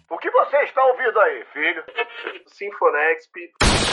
O que você está ouvindo aí, filho? Sinfonexp.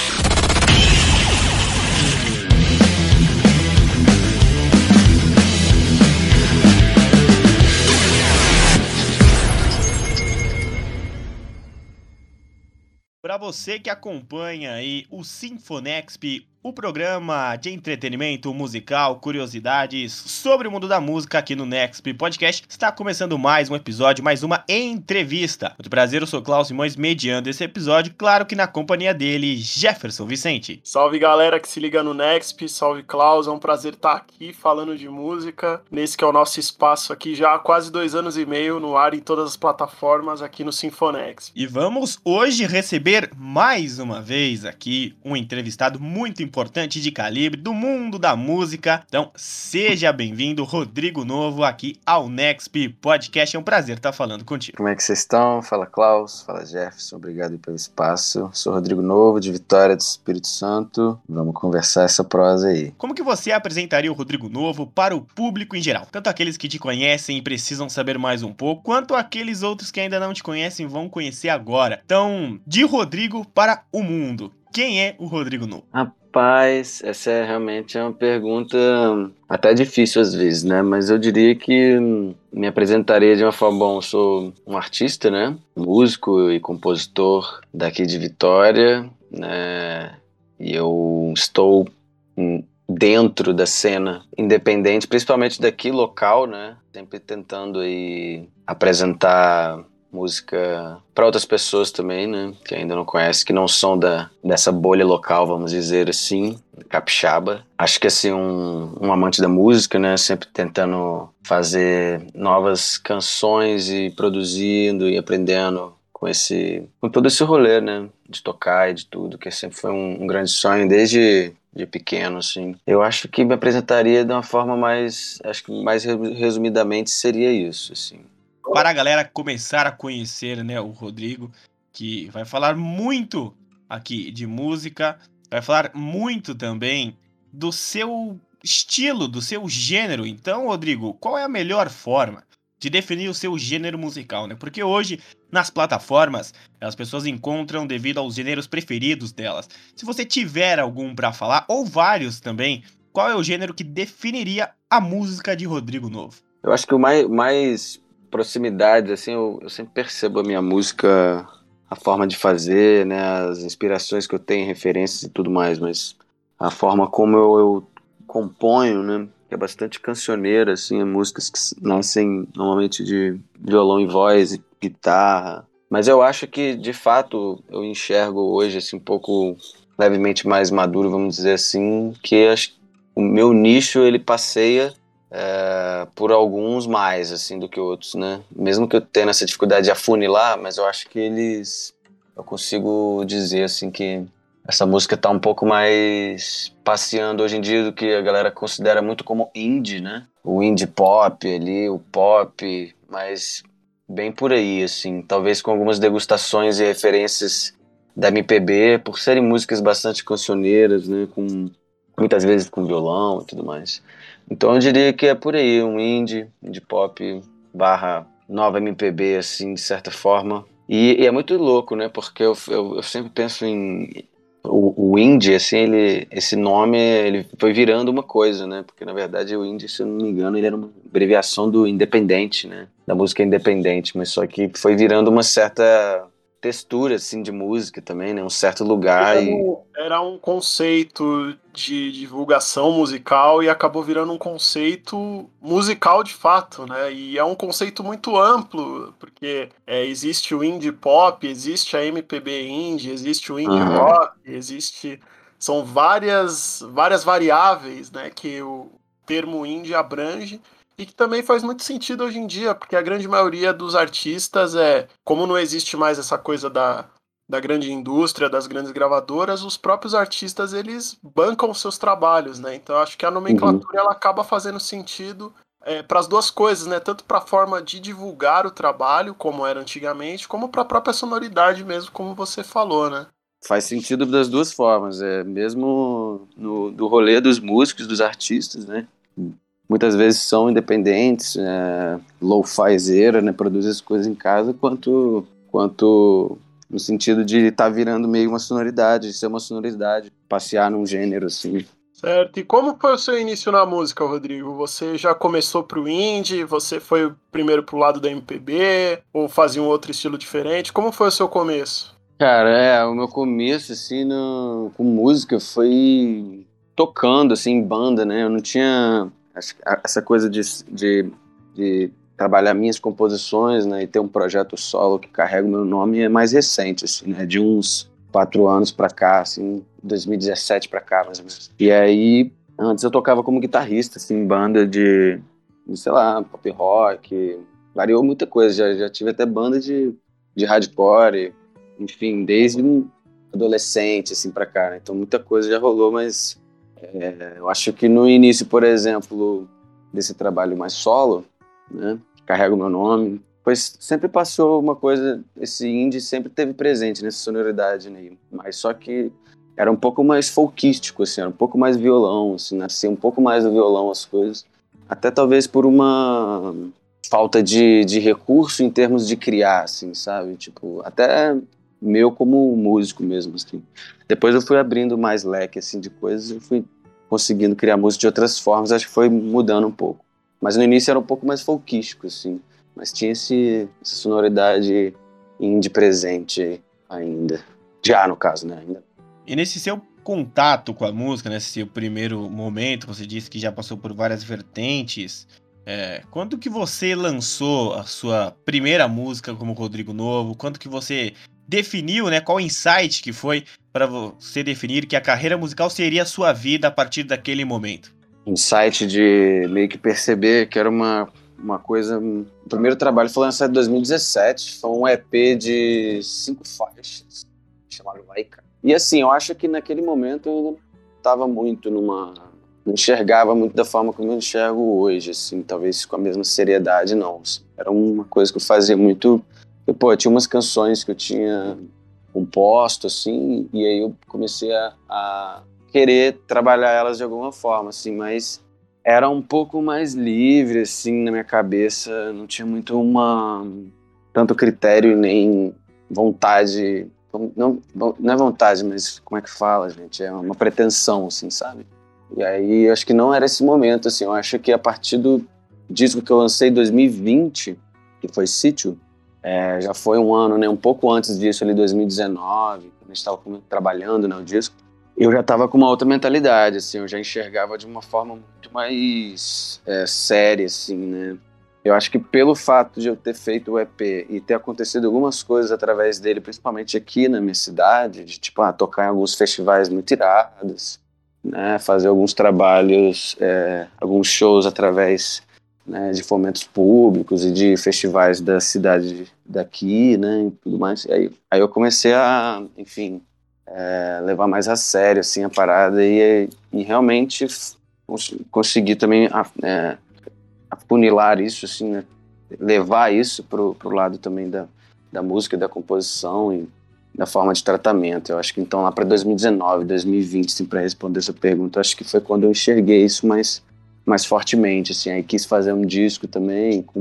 Para você que acompanha aí o Sinfonexp, o programa de entretenimento musical, curiosidades sobre o mundo da música aqui no Nexp Podcast, está começando mais um episódio, mais uma entrevista. Muito prazer, eu sou Klaus Simões, mediando esse episódio, claro que na companhia dele, Jefferson Vicente. Salve galera que se liga no Nexp, salve Klaus, é um prazer estar aqui falando de música, nesse que é o nosso espaço aqui já há quase 2 anos e meio no ar em todas as plataformas aqui no Sinfonexp. E vamos hoje receber mais uma vez aqui um entrevistado muito importante de calibre do mundo da música. Então, seja bem-vindo, Rodrigo Novo, aqui ao Nexp Podcast. É um prazer estar falando contigo. Como é que vocês estão? Fala Klaus, fala Jefferson, obrigado pelo espaço. Sou Rodrigo Novo, de Vitória do Espírito Santo. Vamos conversar essa prosa aí. Como que você apresentaria o Rodrigo Novo para o público em geral? Tanto aqueles que te conhecem e precisam saber mais um pouco, quanto aqueles outros que ainda não te conhecem vão conhecer agora. Então, de Rodrigo para o mundo, quem é o Rodrigo Novo? Rapaz, essa realmente é uma pergunta até difícil às vezes, né? Mas eu diria que me apresentaria de uma forma... Bom, eu sou um artista, né? Músico e compositor daqui de Vitória, né? E eu estou dentro da cena independente, principalmente daqui local, né? Sempre tentando aí apresentar música para outras pessoas também, né, que ainda não conhecem, que não são dessa bolha local, vamos dizer assim, capixaba. Acho que assim, um amante da música, né, sempre tentando fazer novas canções e produzindo e aprendendo com todo esse rolê, né, de tocar e de tudo, que sempre foi um grande sonho desde de pequeno, assim. Eu acho que me apresentaria de uma forma mais resumidamente seria isso, assim. Para a galera começar a conhecer, né, o Rodrigo, que vai falar muito aqui de música, vai falar muito também do seu estilo, do seu gênero. Então, Rodrigo, qual é a melhor forma de definir o seu gênero musical, né? Porque hoje, nas plataformas, as pessoas encontram devido aos gêneros preferidos delas. Se você tiver algum para falar, ou vários também, qual é o gênero que definiria a música de Rodrigo Novo? Eu acho que o mais proximidade, assim, eu sempre percebo a minha música, a forma de fazer, né, as inspirações que eu tenho, referências e tudo mais, mas a forma como eu componho, né, que é bastante cancioneira, assim, músicas que nascem normalmente de violão e voz e guitarra, mas eu acho que, de fato, eu enxergo hoje, assim, um pouco levemente mais maduro, vamos dizer assim, que acho que o meu nicho, ele passeia por alguns mais, assim, do que outros, né? Mesmo que eu tenha essa dificuldade de afunilar, mas eu acho que eu consigo dizer, assim, que essa música tá um pouco mais passeando hoje em dia do que a galera considera muito como indie, né? O indie pop ali, o pop, mas bem por aí, assim, talvez com algumas degustações e referências da MPB, por serem músicas bastante cancioneiras, né? Muitas vezes com violão e tudo mais. Então eu diria que é por aí, um indie pop barra nova MPB, assim, de certa forma. E é muito louco, né, porque eu sempre penso em... O indie, assim, esse nome, ele foi virando uma coisa, né, porque na verdade o indie, se eu não me engano, ele era uma abreviação do independente, né, da música independente, mas só que foi virando uma certa textura, assim, de música também, né, um certo lugar. Era um conceito de divulgação musical e acabou virando um conceito musical de fato, né? E é um conceito muito amplo, porque existe o indie pop, existe a MPB indie, existe o indie rock, são várias variáveis, né, que o termo indie abrange. E que também faz muito sentido hoje em dia, porque a grande maioria dos artistas como não existe mais essa coisa da grande indústria, das grandes gravadoras, os próprios artistas, eles bancam os seus trabalhos, né? Então, acho que a nomenclatura, ela acaba fazendo sentido para as duas coisas, né? Tanto para a forma de divulgar o trabalho, como era antigamente, como para a própria sonoridade mesmo, como você falou, né? Faz sentido das duas formas, mesmo do rolê dos músicos, dos artistas, né? Muitas vezes são independentes, lo-fizeira, né? Produzem as coisas em casa, quanto quanto no sentido de estar virando meio uma sonoridade, de ser uma sonoridade, passear num gênero, assim. Certo. E como foi o seu início na música, Rodrigo? Você já começou pro indie? Você foi primeiro pro lado da MPB? Ou fazia um outro estilo diferente? Como foi o seu começo? Cara, o meu começo, assim, com música foi tocando, assim, em banda, né? Eu não tinha essa coisa de trabalhar minhas composições, né? E ter um projeto solo que carrega o meu nome é mais recente, assim, né? De uns 4 anos pra cá, assim, 2017 pra cá, mais ou menos. E aí, antes eu tocava como guitarrista, assim, em banda sei lá, pop rock, variou muita coisa. Já tive até banda de hardcore, enfim, desde um adolescente, assim, pra cá, né? Então muita coisa já rolou, mas eu acho que no início, por exemplo, desse trabalho mais solo, né, que carrega o meu nome, pois sempre passou uma coisa, esse indie sempre teve presente nessa sonoridade, né, mas só que era um pouco mais folkístico, assim, era um pouco mais violão, assim, nascia um pouco mais do violão as coisas, até talvez por uma falta de recurso em termos de criar, assim, sabe, tipo, até meu como músico mesmo, assim. Depois eu fui abrindo mais leque, assim, de coisas, eu fui conseguindo criar música de outras formas, acho que foi mudando um pouco. Mas no início era um pouco mais folkístico, assim. Mas tinha essa sonoridade indie presente ainda. Já, no caso, né? Ainda. E nesse seu contato com a música, nesse seu primeiro momento, você disse que já passou por várias vertentes. Quando que você lançou a sua primeira música como Rodrigo Novo? Quando que você definiu, né? Qual insight que foi para você definir que a carreira musical seria a sua vida a partir daquele momento? Insight de meio que perceber que era uma coisa... O primeiro trabalho foi lançado em 2017, foi um EP de 5 faixas, chamado Laika. E assim, eu acho que naquele momento eu não estava muito não enxergava muito da forma como eu enxergo hoje, assim, talvez com a mesma seriedade, não. Assim. Era uma coisa que eu fazia muito... tinha umas canções que eu tinha composto, assim, e aí eu comecei a querer trabalhar elas de alguma forma, assim, mas era um pouco mais livre, assim, na minha cabeça, não tinha muito tanto critério e nem vontade, não é vontade, mas como é que fala, gente? É uma pretensão, assim, sabe? E aí, acho que não era esse momento, assim, eu acho que a partir do disco que eu lancei em 2020, que foi Sítio, já foi um ano, né, um pouco antes disso, ali 2019, quando a gente estava trabalhando, né, o disco, eu já estava com uma outra mentalidade, assim, eu já enxergava de uma forma muito mais séria, assim, né. Eu acho que pelo fato de eu ter feito o EP e ter acontecido algumas coisas através dele, principalmente aqui na minha cidade, de tipo, tocar em alguns festivais muito irados, né, fazer alguns trabalhos, alguns shows através, né, de fomentos públicos e de festivais da cidade daqui, né, e tudo mais. Aí eu comecei a, enfim, levar mais a sério, assim, a parada e realmente conseguir também afunilar isso, assim, né, levar isso pro lado também da música, da composição e da forma de tratamento. Eu acho que então lá para 2019, 2020, assim, para responder essa pergunta, eu acho que foi quando eu enxerguei isso mais fortemente, assim, aí quis fazer um disco também com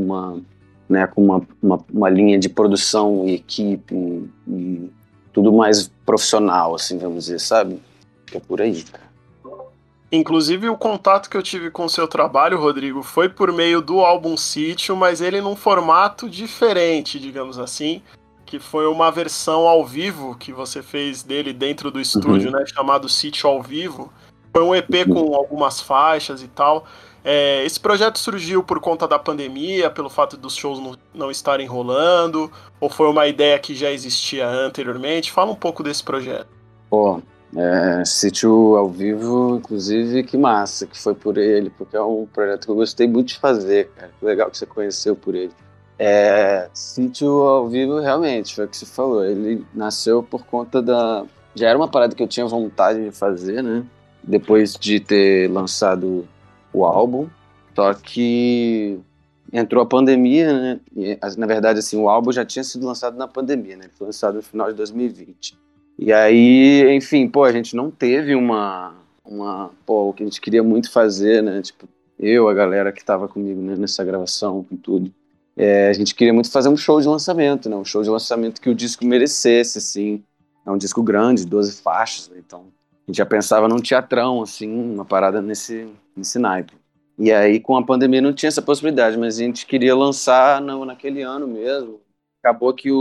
uma linha de produção e equipe e tudo mais profissional, assim, vamos dizer, sabe? Que é por aí, cara. Inclusive, o contato que eu tive com o seu trabalho, Rodrigo, foi por meio do álbum Sítio, mas ele num formato diferente, digamos assim, que foi uma versão ao vivo que você fez dele dentro do estúdio, né, chamado Sítio ao Vivo. Foi um EP com algumas faixas e tal. Esse projeto surgiu por conta da pandemia, pelo fato dos shows não estarem rolando, ou foi uma ideia que já existia anteriormente? Fala um pouco desse projeto. Pô, Sítio ao Vivo, inclusive, que massa que foi por ele, porque é um projeto que eu gostei muito de fazer, cara. Que legal que você conheceu por ele. Sítio ao Vivo, realmente, foi o que você falou. Ele nasceu por conta já era uma parada que eu tinha vontade de fazer, né? Depois de ter lançado o álbum. Só que entrou a pandemia, né? E, na verdade, assim, o álbum já tinha sido lançado na pandemia, né? Ele foi lançado no final de 2020. E aí, enfim, a gente não teve o que a gente queria muito fazer, né? Tipo, a galera que tava comigo, né, nessa gravação, com tudo. a gente queria muito fazer um show de lançamento, né? Um show de lançamento que o disco merecesse, assim. É um disco grande, 12 faixas, né? Então a gente já pensava num teatrão, assim, uma parada nesse naipe. E aí, com a pandemia, não tinha essa possibilidade, mas a gente queria lançar naquele ano mesmo. Acabou que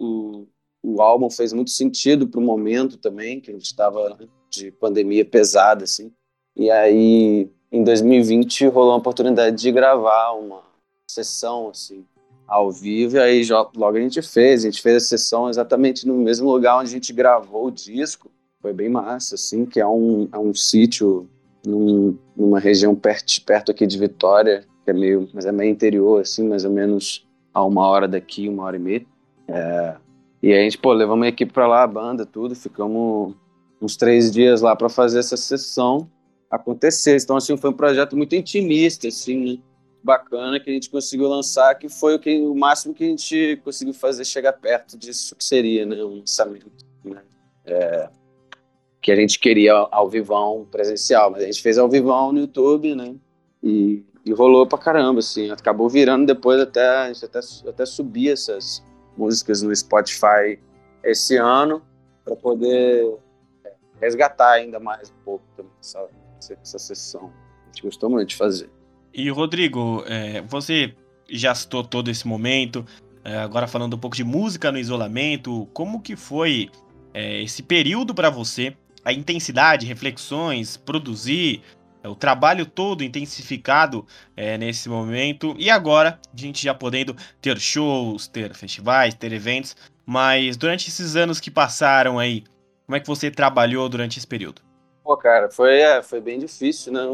o álbum fez muito sentido pro momento também, que a gente estava de pandemia pesada, assim. E aí, em 2020, rolou a oportunidade de gravar uma sessão, assim, ao vivo, e aí logo a gente fez a sessão exatamente no mesmo lugar onde a gente gravou o disco. Foi bem massa, assim, que é um sítio numa região perto aqui de Vitória, que mas é meio interior, assim, mais ou menos a 1 hora daqui, 1 hora e meia. E aí a gente, levamos a equipe pra lá, a banda, tudo, ficamos uns 3 dias lá pra fazer essa sessão acontecer. Então, assim, foi um projeto muito intimista, assim, né? Bacana, que a gente conseguiu lançar, que foi o máximo que a gente conseguiu fazer, chegar perto disso que seria, né, um lançamento, né? Que a gente queria ao vivão presencial, mas a gente fez ao vivão no YouTube, né? E rolou pra caramba, assim. Acabou virando depois a gente até subir essas músicas no Spotify esse ano para poder resgatar ainda mais um pouco também essa sessão. A gente gostou muito de fazer. E, Rodrigo, você já citou todo esse momento, agora falando um pouco de música no isolamento, como que foi esse período para você? A intensidade, reflexões, produzir, o trabalho todo intensificado nesse momento, e agora a gente já podendo ter shows, ter festivais, ter eventos, mas durante esses anos que passaram aí, como é que você trabalhou durante esse período? Pô, cara, foi bem difícil, né?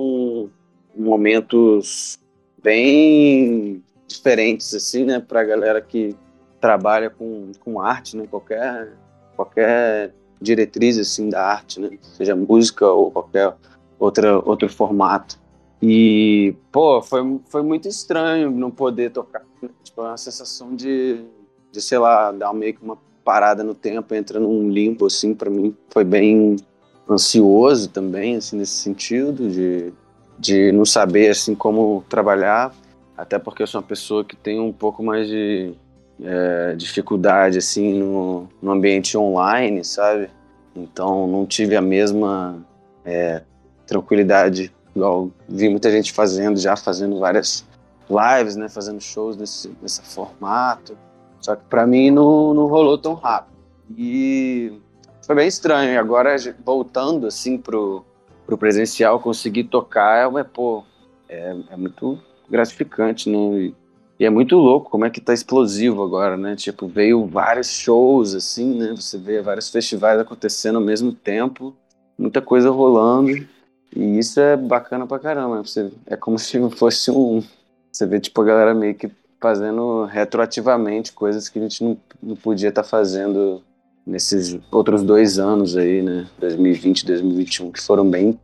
Momentos bem diferentes, assim, né? Pra galera que trabalha com arte, né? Qualquer diretriz, assim, da arte, né? Seja música ou qualquer outro formato. E, pô, foi muito estranho não poder tocar, né? Tipo, uma sensação de, sei lá, dar meio que uma parada no tempo, entra num limbo, assim, pra mim foi bem ansioso também, assim, nesse sentido, de não saber, assim, como trabalhar, até porque eu sou uma pessoa que tem um pouco mais de dificuldade, assim, no ambiente online, sabe? Então, não tive a mesma tranquilidade, igual vi muita gente fazendo várias lives, né, fazendo shows nesse formato, só que pra mim não rolou tão rápido. E foi bem estranho. E agora, voltando assim pro presencial, conseguir tocar é muito gratificante, né? E é muito louco como é que tá explosivo agora, né? Tipo, veio vários shows, assim, né? Você vê vários festivais acontecendo ao mesmo tempo, muita coisa rolando. E isso é bacana pra caramba. É como se fosse Você vê, tipo, a galera meio que fazendo retroativamente coisas que a gente não podia estar fazendo nesses outros 2 anos aí, né? 2020 e 2021, que foram bem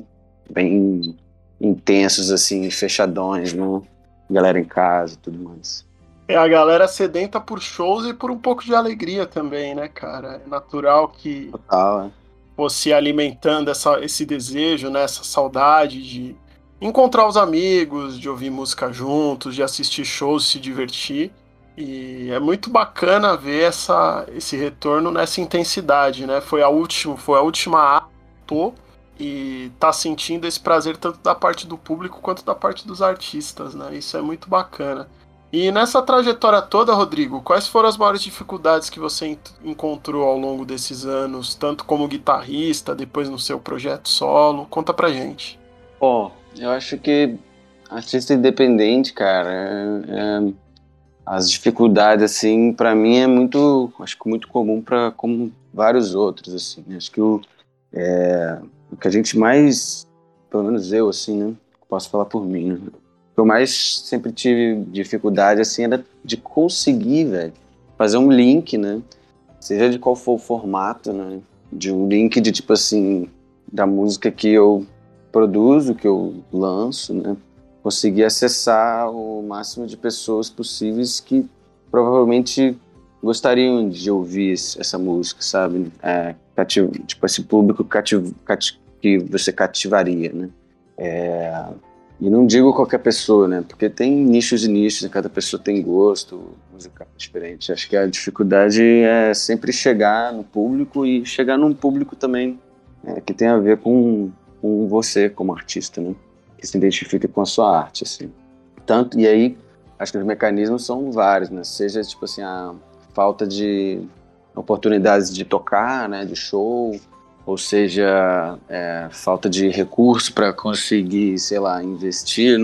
intensos, assim, fechadões, né? Galera em casa e tudo mais. A galera sedenta por shows e por um pouco de alegria também, né, cara? É natural que Total, você alimentando esse desejo, né, essa saudade de encontrar os amigos, de ouvir música juntos, de assistir shows, se divertir. E é muito bacana ver esse retorno nessa intensidade, né? Foi a última ato e tá sentindo esse prazer tanto da parte do público quanto da parte dos artistas, né? Isso é muito bacana. E nessa trajetória toda, Rodrigo, quais foram as maiores dificuldades que você encontrou ao longo desses anos, tanto como guitarrista, depois no seu projeto solo? Conta pra gente. Bom, eu acho que artista independente, cara, as dificuldades, assim, pra mim acho que muito comum para como vários outros, assim. Acho que o que a gente mais, pelo menos eu, assim, né, posso falar por mim, né, o que eu mais sempre tive dificuldade, assim, era de conseguir, velho, fazer um link, né, seja de qual for o formato, né, de um link de, tipo assim, da música que eu produzo, que eu lanço, né, conseguir acessar o máximo de pessoas possíveis que provavelmente gostariam de ouvir essa música, sabe? Tipo, esse público que você cativaria, né? E não digo qualquer pessoa, né? Porque tem nichos e nichos, e cada pessoa tem gosto musical diferente. Acho que a dificuldade é sempre chegar no público e chegar num público também que tem a ver com você como artista, né? Que se identifica com a sua arte, assim. Tanto, e aí, acho que os mecanismos são vários, né? Seja, tipo assim, a falta de oportunidades de tocar, né? De show, ou seja, falta de recurso para conseguir, sei lá, investir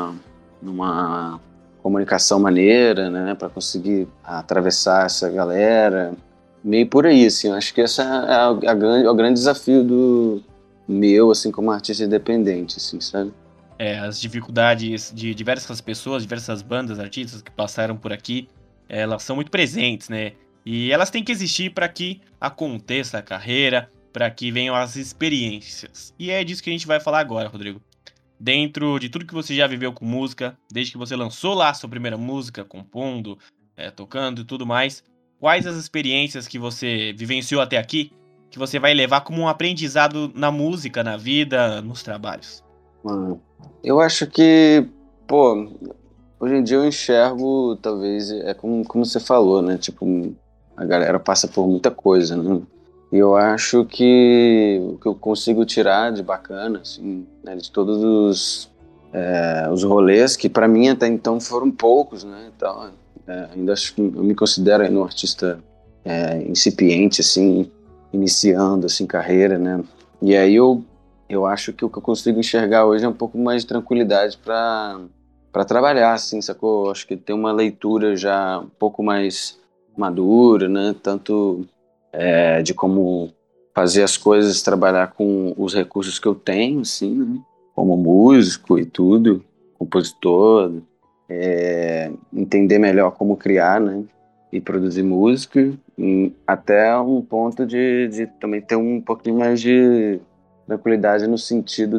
numa comunicação maneira, né, para conseguir atravessar essa galera, meio por aí, assim, eu acho que essa é o grande desafio do meu, assim, como artista independente, assim, sabe? As dificuldades de diversas pessoas, diversas bandas, artistas que passaram por aqui, elas são muito presentes, né? E elas têm que existir para que aconteça a carreira, para que venham as experiências. E é disso que a gente vai falar agora, Rodrigo. Dentro de tudo que você já viveu com música, desde que você lançou lá a sua primeira música, compondo, tocando e tudo mais, quais as experiências que você vivenciou até aqui que você vai levar como um aprendizado na música, na vida, nos trabalhos? Eu acho que, pô, hoje em dia eu enxergo, talvez, como você falou, né? Tipo, a galera passa por muita coisa, né? E eu acho que o que eu consigo tirar de bacana, assim, né, de todos os rolês, que pra mim até então foram poucos, né? Então, ainda acho que eu me considero ainda um artista incipiente, assim, iniciando, assim, carreira, né? E aí eu acho que o que eu consigo enxergar hoje é um pouco mais de tranquilidade para trabalhar, assim, sacou? Acho que tem uma leitura já um pouco mais madura, né? Tanto de como fazer as coisas, trabalhar com os recursos que eu tenho, assim, né? Como músico e tudo, compositor, entender melhor como criar, né? E produzir música, até um ponto de também ter um pouquinho mais de tranquilidade no sentido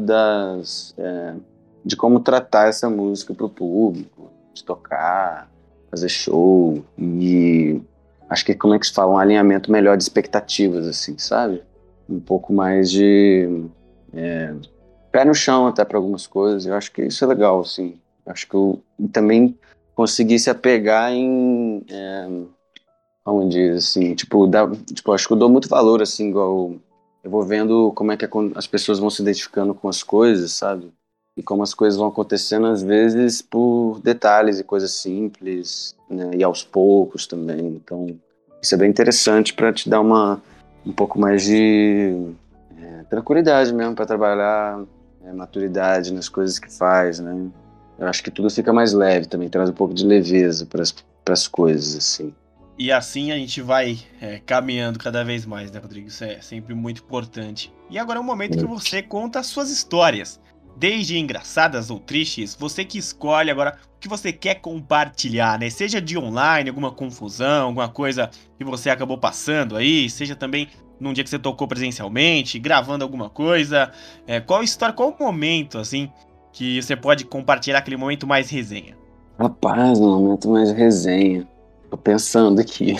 de como tratar essa música para o público, de tocar, fazer show, e acho que, como é que se fala, um alinhamento melhor de expectativas, assim, sabe? Um pouco mais de pé no chão até para algumas coisas. Eu acho que isso é legal, assim. Eu acho que eu também consegui se apegar em, como diz, assim, tipo, acho que eu dou muito valor, assim, igual eu vou vendo como é que as pessoas vão se identificando com as coisas, sabe? E como as coisas vão acontecendo, às vezes, por detalhes e coisas simples, né? E aos poucos também. Então, isso é bem interessante para te dar um pouco mais de tranquilidade mesmo para trabalhar, maturidade nas coisas que faz, né? Eu acho que tudo fica mais leve também, traz um pouco de leveza para as coisas, assim. E assim a gente vai caminhando cada vez mais, né, Rodrigo? Isso é sempre muito importante. E agora é o momento que você conta as suas histórias. Desde engraçadas ou tristes, você que escolhe agora o que você quer compartilhar, né? Seja de online, alguma confusão, alguma coisa que você acabou passando aí, seja também num dia que você tocou presencialmente, gravando alguma coisa. Qual história, qual momento, assim, que você pode compartilhar aquele momento mais resenha? Rapaz, no momento mais resenha. Tô pensando aqui.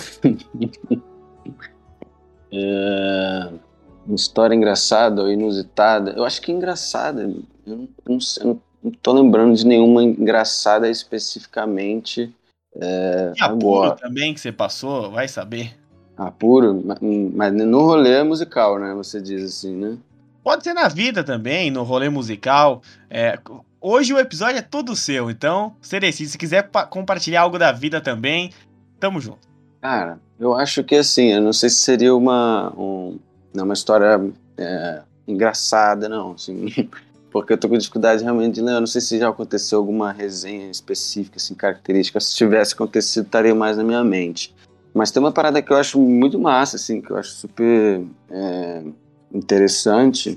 Uma história engraçada ou inusitada. Eu acho que engraçada. Eu não tô lembrando de nenhuma engraçada especificamente E apuro agora. também que você passou, vai saber. Puro, mas no rolê musical, né? Você diz assim, né? Pode ser na vida também, no rolê musical. Hoje o episódio é todo seu, então você decide. Se quiser compartilhar algo da vida também, tamo junto. Cara, eu acho que assim, eu não sei se seria não, uma história engraçada, não, assim, porque eu tô com dificuldade realmente de lembrar. Eu não sei se já aconteceu alguma resenha específica, assim, característica. Se tivesse acontecido, estaria mais na minha mente. Mas tem uma parada que eu acho muito massa, assim, que eu acho super interessante,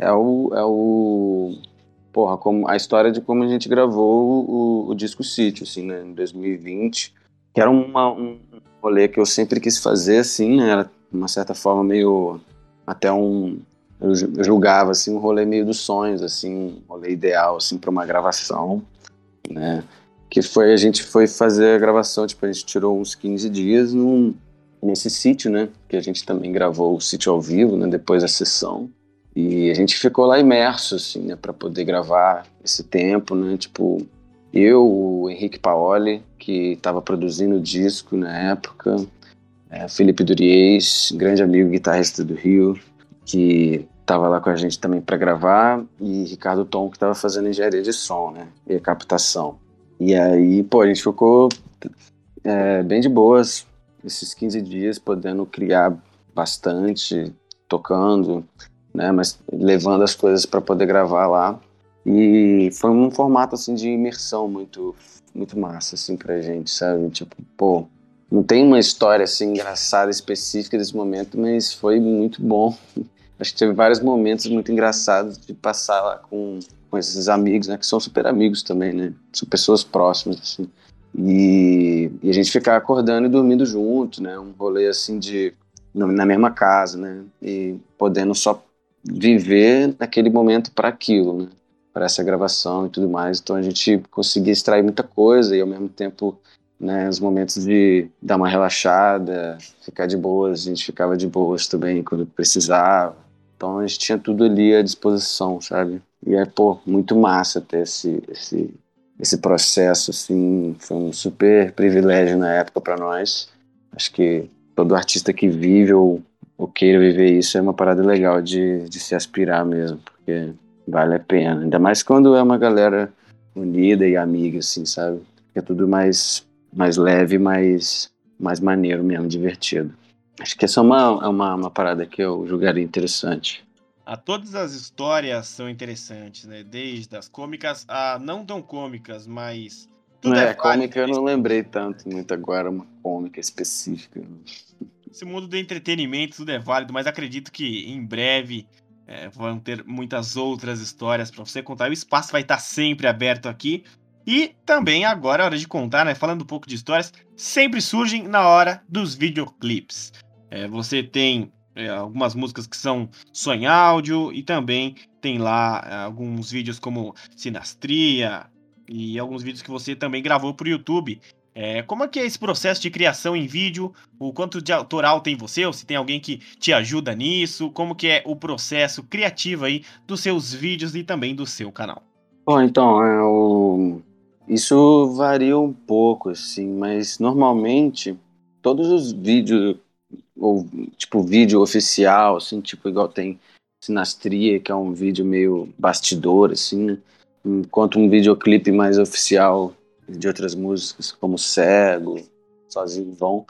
porra, como a história de como a gente gravou o Disco Sítio, assim, né, em 2020, que era um rolê que eu sempre quis fazer, assim, né, era de uma certa forma meio, até eu julgava, assim, um rolê meio dos sonhos, assim, um rolê ideal, assim, para uma gravação, né, a gente foi fazer a gravação, tipo, a gente tirou uns 15 dias nesse sítio, né, que a gente também gravou o sítio ao vivo, né, depois da sessão. E a gente ficou lá imerso, assim, né, para poder gravar esse tempo, né, tipo, eu, o Henrique Paoli, que estava produzindo o disco na época, Felipe Duriez, grande amigo guitarrista do Rio, que estava lá com a gente também para gravar, e Ricardo Tom, que estava fazendo engenharia de som, né, e a captação. E aí, pô, a gente ficou bem de boas esses 15 dias, podendo criar bastante, tocando, né, mas levando as coisas para poder gravar lá. E foi um formato assim de imersão muito muito massa assim pra gente, sabe? Tipo, pô, não tem uma história assim engraçada específica desse momento, mas foi muito bom. Acho que teve vários momentos muito engraçados de passar lá com esses amigos, né, que são super amigos também, né? São pessoas próximas assim. E a gente ficar acordando e dormindo junto, né? Um rolê assim na mesma casa, né? E podendo só viver naquele momento para aquilo, né? Para essa gravação e tudo mais. Então a gente conseguia extrair muita coisa e ao mesmo tempo, né, os momentos de dar uma relaxada, ficar de boas, a gente ficava de boas também quando precisava. Então a gente tinha tudo ali à disposição, sabe? E é, pô, muito massa ter esse processo, assim, foi um super privilégio na época para nós. Acho que todo artista que vive ou queira viver isso é uma parada legal de se aspirar mesmo, porque vale a pena. Ainda mais quando é uma galera unida e amiga, assim, sabe? É tudo mais leve, mais maneiro mesmo, divertido. Acho que essa é uma parada que eu julgaria interessante. Todas as histórias são interessantes, né? Desde as cômicas a não tão cômicas, mas tudo é válido. Cômica eu não lembrei tanto muito agora, uma cômica específica. Esse mundo do entretenimento, tudo é válido, mas acredito que em breve vão ter muitas outras histórias para você contar. O espaço vai estar sempre aberto aqui. E também agora é hora de contar, né? Falando um pouco de histórias, sempre surgem na hora dos videoclipes. Você tem algumas músicas que são só em áudio e também tem lá alguns vídeos como Sinastria e alguns vídeos que você também gravou para o YouTube. Como é que é esse processo de criação em vídeo? O quanto de autoral tem você? Ou se tem alguém que te ajuda nisso? Como que é o processo criativo aí dos seus vídeos e também do seu canal? Bom, então, isso varia um pouco, assim, mas normalmente todos os vídeos, ou tipo vídeo oficial, assim, tipo igual tem Sinastria, que é um vídeo meio bastidor, assim, né? Enquanto um videoclipe mais oficial de outras músicas, como Cego, Sozinho Vão,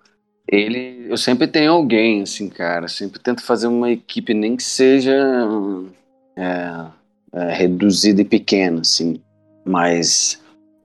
eu sempre tenho alguém, assim, cara, sempre tento fazer uma equipe, nem que seja é, reduzida e pequena, assim, mas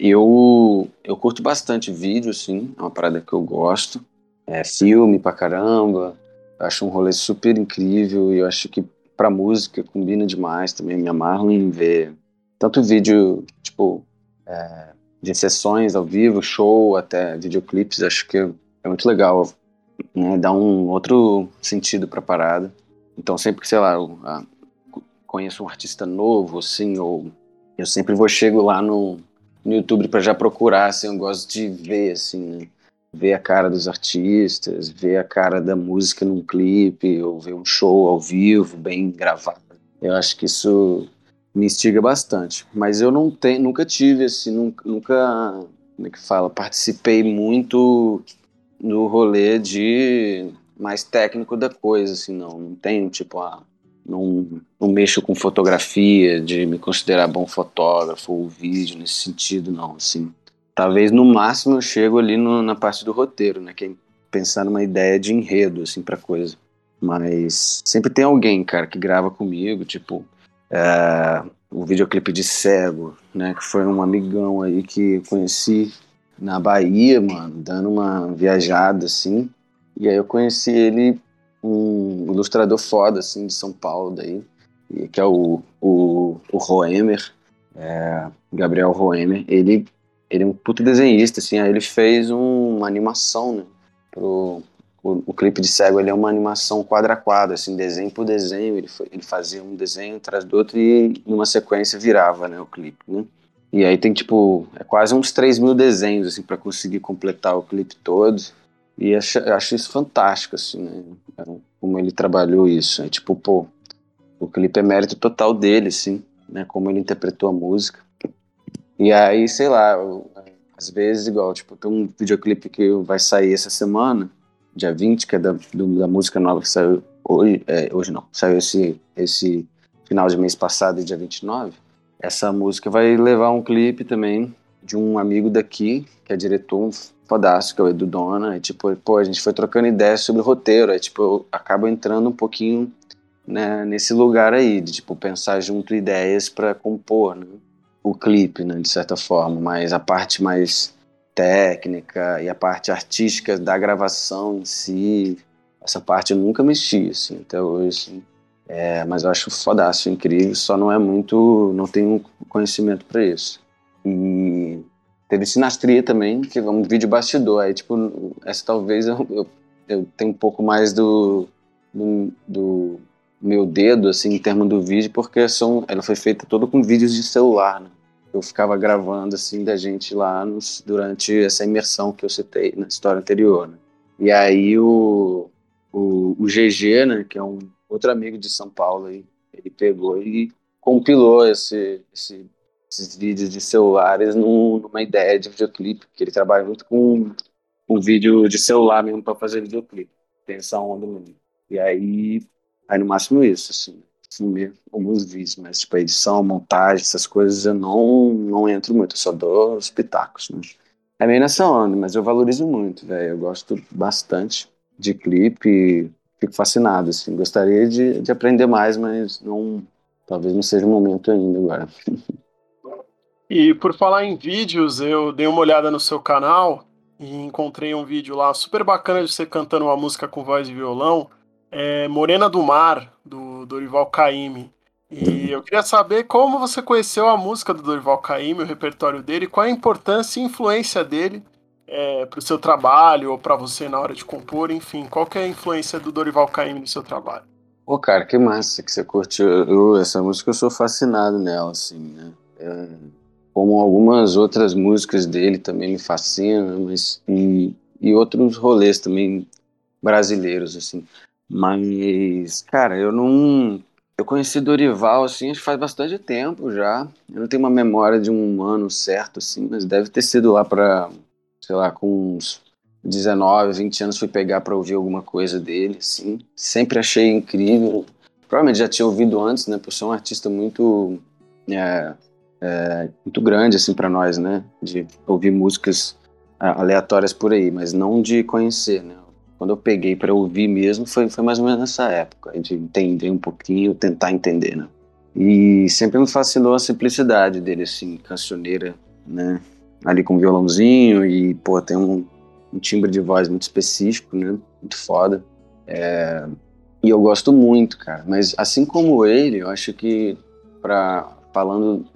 eu curto bastante vídeo, assim, é uma parada que eu gosto, filme pra caramba, eu acho um rolê super incrível e eu acho que pra música combina demais também, me amarro em ver tanto vídeo, tipo, de sessões ao vivo, show, até videoclipes, acho que é muito legal, né, dá um outro sentido pra parada. Então sempre que, sei lá, conheço um artista novo, assim, ou eu sempre chego lá no YouTube para já procurar, assim, eu gosto de ver, assim, né? Ver a cara dos artistas, ver a cara da música num clipe, ou ver um show ao vivo, bem gravado. Eu acho que isso me instiga bastante. Mas eu nunca tive, assim, nunca, como é que fala, participei muito no rolê de mais técnico da coisa, assim, não tenho, tipo, não mexo com fotografia, de me considerar bom fotógrafo ou vídeo nesse sentido, não, assim. Talvez no máximo eu chego ali na parte do roteiro, né, que é pensar numa ideia de enredo, assim, pra coisa. Mas sempre tem alguém, cara, que grava comigo, tipo, o videoclipe de Cego, né, que foi um amigão aí que conheci na Bahia, mano, dando uma viajada, assim, e aí eu conheci ele, um ilustrador foda, assim, de São Paulo, daí, que é o Roemer, Gabriel Roemer. Ele é um puto desenhista, assim, aí ele fez uma animação, né, o clipe de Cego, ele é uma animação quadro a quadro, assim, desenho por desenho, ele fazia um desenho atrás do outro e numa sequência virava, né, o clipe, né. E aí tem, tipo, quase uns 3.000 desenhos, assim, pra conseguir completar o clipe todo. E acho isso fantástico, assim, né? Como ele trabalhou isso. É tipo, pô, O clipe é mérito total dele, assim, né? Como ele interpretou a música. E aí, sei lá, às vezes, igual, tipo, tem um videoclipe que vai sair essa semana, dia 20, que é da música nova que saiu hoje, hoje não, saiu esse final de mês passado, dia 29. Essa música vai levar um clipe também de um amigo daqui, que é diretor, um fodaço, que é o Edu Dona, e tipo, pô, a gente foi trocando ideias sobre o roteiro, aí tipo, eu acabo entrando um pouquinho, né, nesse lugar aí, de tipo, pensar junto ideias para compor, né, o clipe, né, de certa forma, mas a parte mais técnica e a parte artística da gravação em si, essa parte eu nunca mexi, assim, até hoje, assim. Mas eu acho fodaço, incrível, só não tenho conhecimento para isso. E teve Sinastria também, que é um vídeo bastidor, aí tipo, essa talvez eu tenha um pouco mais do meu dedo, assim, em termos do vídeo, porque ela foi feita toda com vídeos de celular, né? Eu ficava gravando, assim, da gente lá durante essa imersão que eu citei na história anterior, né? E aí o GG, né, que é um outro amigo de São Paulo, aí, ele pegou e compilou esses vídeos de celulares numa ideia de videoclipe, que ele trabalha muito com vídeo de celular mesmo para fazer videoclipe. Tem essa onda mesmo. E aí no máximo isso, assim, filmei alguns vídeos, mas tipo edição, montagem, essas coisas eu não entro muito, eu só dou os pitacos, né? É meio nessa onda, mas eu valorizo muito, velho. Eu gosto bastante de clipe, fico fascinado, assim. Gostaria de aprender mais, mas talvez não seja o momento ainda agora. E por falar em vídeos, eu dei uma olhada no seu canal e encontrei um vídeo lá super bacana de você cantando uma música com voz e violão, Morena do Mar, do Dorival Caymmi. E eu queria saber como você conheceu a música do Dorival Caymmi, o repertório dele, qual a importância e influência dele para o seu trabalho ou para você na hora de compor, enfim, qual que é a influência do Dorival Caymmi no seu trabalho? Pô, cara, que massa que você curtiu. Essa música eu sou fascinado nela, assim, né? Como algumas outras músicas dele também me fascinam, e outros rolês também brasileiros, assim. Mas, cara, eu conheci Dorival, assim, acho que faz bastante tempo já. Eu não tenho uma memória de um ano certo, assim, mas deve ter sido lá pra, sei lá, com uns 19, 20 anos fui pegar pra ouvir alguma coisa dele, assim. Sempre achei incrível. Provavelmente já tinha ouvido antes, né, por ser um artista é, muito grande, assim, pra nós, né, de ouvir músicas aleatórias por aí, mas não de conhecer, né. Quando eu peguei para ouvir mesmo, foi mais ou menos nessa época, de entender um pouquinho, tentar entender, né? E sempre me fascinou a simplicidade dele, assim, cancioneira, né? Ali com violãozinho e, pô, tem um timbre de voz muito específico, né? Muito foda. E eu gosto muito, cara. Mas assim como ele, eu acho que, falando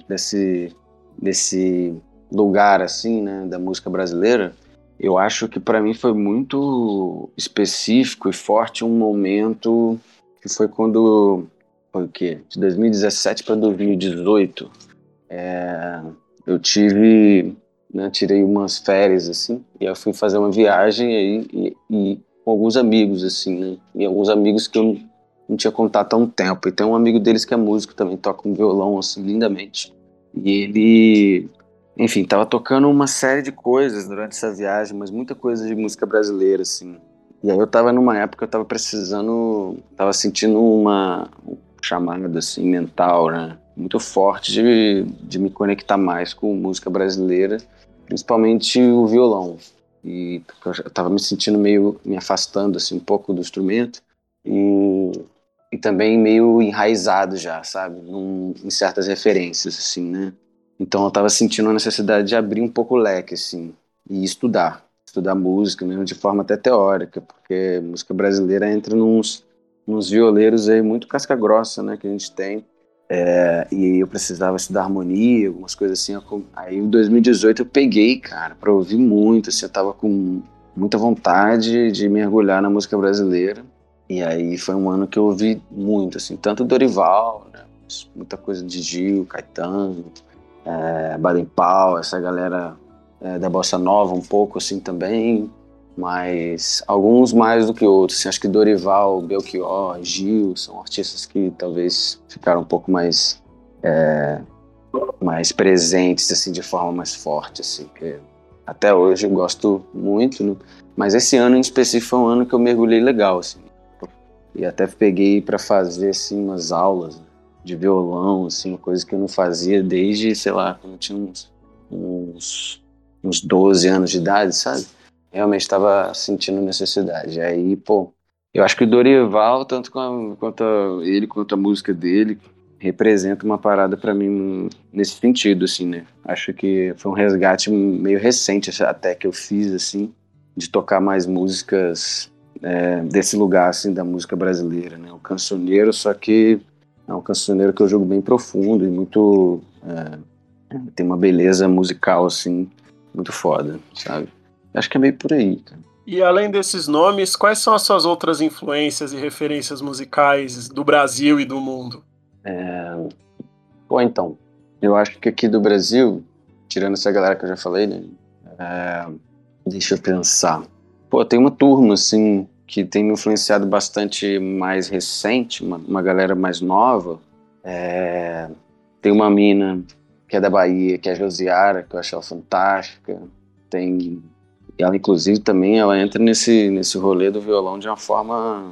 desse lugar, assim, né? Da música brasileira, eu acho que para mim foi muito específico e forte um momento que foi quando, foi o quê? De 2017 para 2018, eu tirei umas férias assim, e eu fui fazer uma viagem aí e com alguns amigos assim, né? E alguns amigos que eu não tinha contato há um tempo. E tem um amigo deles que é músico também, toca um violão assim lindamente. E ele, enfim, tava tocando uma série de coisas durante essa viagem, mas muita coisa de música brasileira, assim. E aí eu tava numa época, eu tava sentindo uma chamada, assim, mental, né? Muito forte de me conectar mais com música brasileira, principalmente o violão. E eu tava me sentindo me afastando, assim, um pouco do instrumento e também meio enraizado já, sabe? Em certas referências, assim, né? Então eu tava sentindo a necessidade de abrir um pouco o leque, assim, e estudar música mesmo de forma até teórica, porque música brasileira entra nos violeiros aí muito casca grossa, né, que a gente tem, e eu precisava estudar harmonia, algumas coisas assim. Aí em 2018 eu peguei, cara, pra ouvir muito, assim, eu tava com muita vontade de mergulhar na música brasileira, e aí foi um ano que eu ouvi muito, assim, tanto Dorival, né, muita coisa de Gil, Caetano, Baden Powell, essa galera da Bossa Nova um pouco assim também, mas alguns mais do que outros. Assim, acho que Dorival, Belchior, Gil são artistas que talvez ficaram um pouco mais presentes, assim, de forma mais forte, assim, que até hoje eu gosto muito, né? Mas esse ano em específico foi um ano que eu mergulhei legal, assim, e até peguei para fazer, assim, umas aulas de violão, assim, uma coisa que eu não fazia desde, sei lá, quando eu tinha uns 12 anos de idade, sabe? Realmente estava sentindo necessidade. Aí, pô, eu acho que o Dorival, tanto ele quanto a música dele, representa uma parada pra mim nesse sentido, assim, né? Acho que foi um resgate meio recente até que eu fiz, assim, de tocar mais músicas desse lugar, assim, da música brasileira, né? O cancioneiro, só que é um cancioneiro que eu jogo bem profundo e muito... tem uma beleza musical, assim, muito foda, sabe? Acho que é meio por aí, cara. E além desses nomes, quais são as suas outras influências e referências musicais do Brasil e do mundo? Pô, então, eu acho que aqui do Brasil, tirando essa galera que eu já falei, né? Deixa eu pensar. Pô, tem uma turma, assim, que tem me influenciado bastante mais recente, uma galera mais nova. Tem uma mina que é da Bahia, que é a Josiara, que eu acho ela fantástica. Tem... Ela, inclusive, também ela entra nesse rolê do violão de uma forma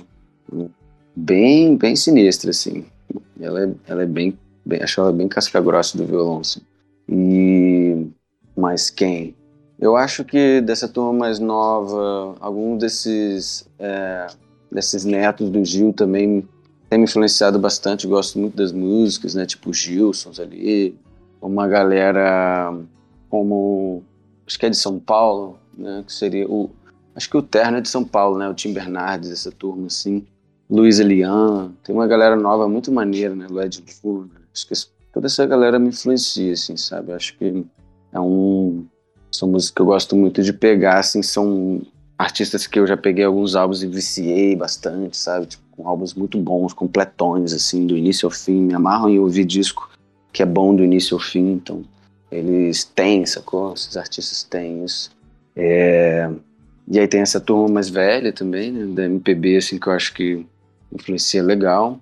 bem sinistra, assim. Ela é acho ela bem casca-grossa do violão, assim. E... Mas quem? Eu acho que dessa turma mais nova, algum desses netos do Gil também tem me influenciado bastante. Gosto muito das músicas, né? Tipo Gilsons ali. Uma galera como... Acho que é de São Paulo, né? Que seria acho que o Terno é de São Paulo, né? O Tim Bernardes, essa turma, assim. Luiz Elian. Tem uma galera nova muito maneira, né? Lued Luna. Acho que toda essa galera me influencia, assim, sabe? Acho que são músicas que eu gosto muito de pegar, assim, são artistas que eu já peguei alguns álbuns e viciei bastante, sabe? Tipo, com álbuns muito bons, completões, assim, do início ao fim. Me amarram em ouvir disco que é bom do início ao fim, então eles têm, sacou? Esses artistas têm isso. E aí tem essa turma mais velha também, né? Da MPB, assim, que eu acho que influencia legal.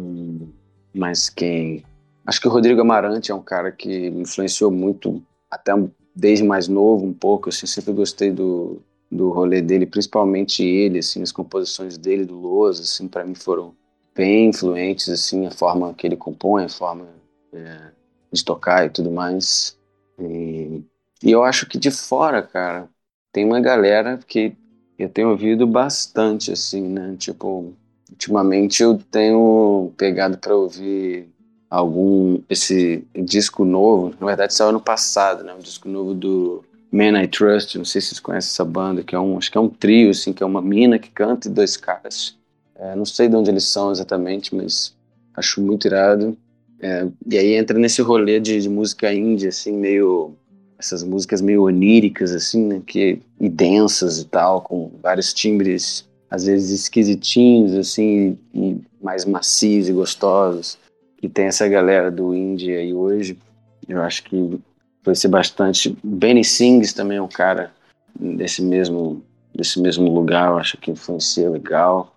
Mas quem... Acho que o Rodrigo Amarante é um cara que me influenciou muito, até desde mais novo um pouco, assim, sempre gostei do rolê dele, principalmente ele, assim, as composições dele, do Loza, assim, para mim foram bem influentes, assim, a forma que ele compõe, a forma de tocar e tudo mais. E eu acho que de fora, cara, tem uma galera que eu tenho ouvido bastante, assim, né? Tipo, ultimamente eu tenho pegado para ouvir esse disco novo, na verdade saiu ano passado, né? Um disco novo do Man I Trust, não sei se vocês conhecem essa banda, acho que é um trio, assim, que é uma mina que canta e dois caras. Não sei de onde eles são exatamente, mas acho muito irado. E aí entra nesse rolê de música indie, assim, essas músicas meio oníricas, assim, né, e densas e tal, com vários timbres, às vezes esquisitinhos, assim, e mais macios e gostosos, que tem essa galera do indie aí hoje. Eu acho que vai ser bastante... Benny Sings também é um cara desse mesmo lugar, eu acho que influencia legal.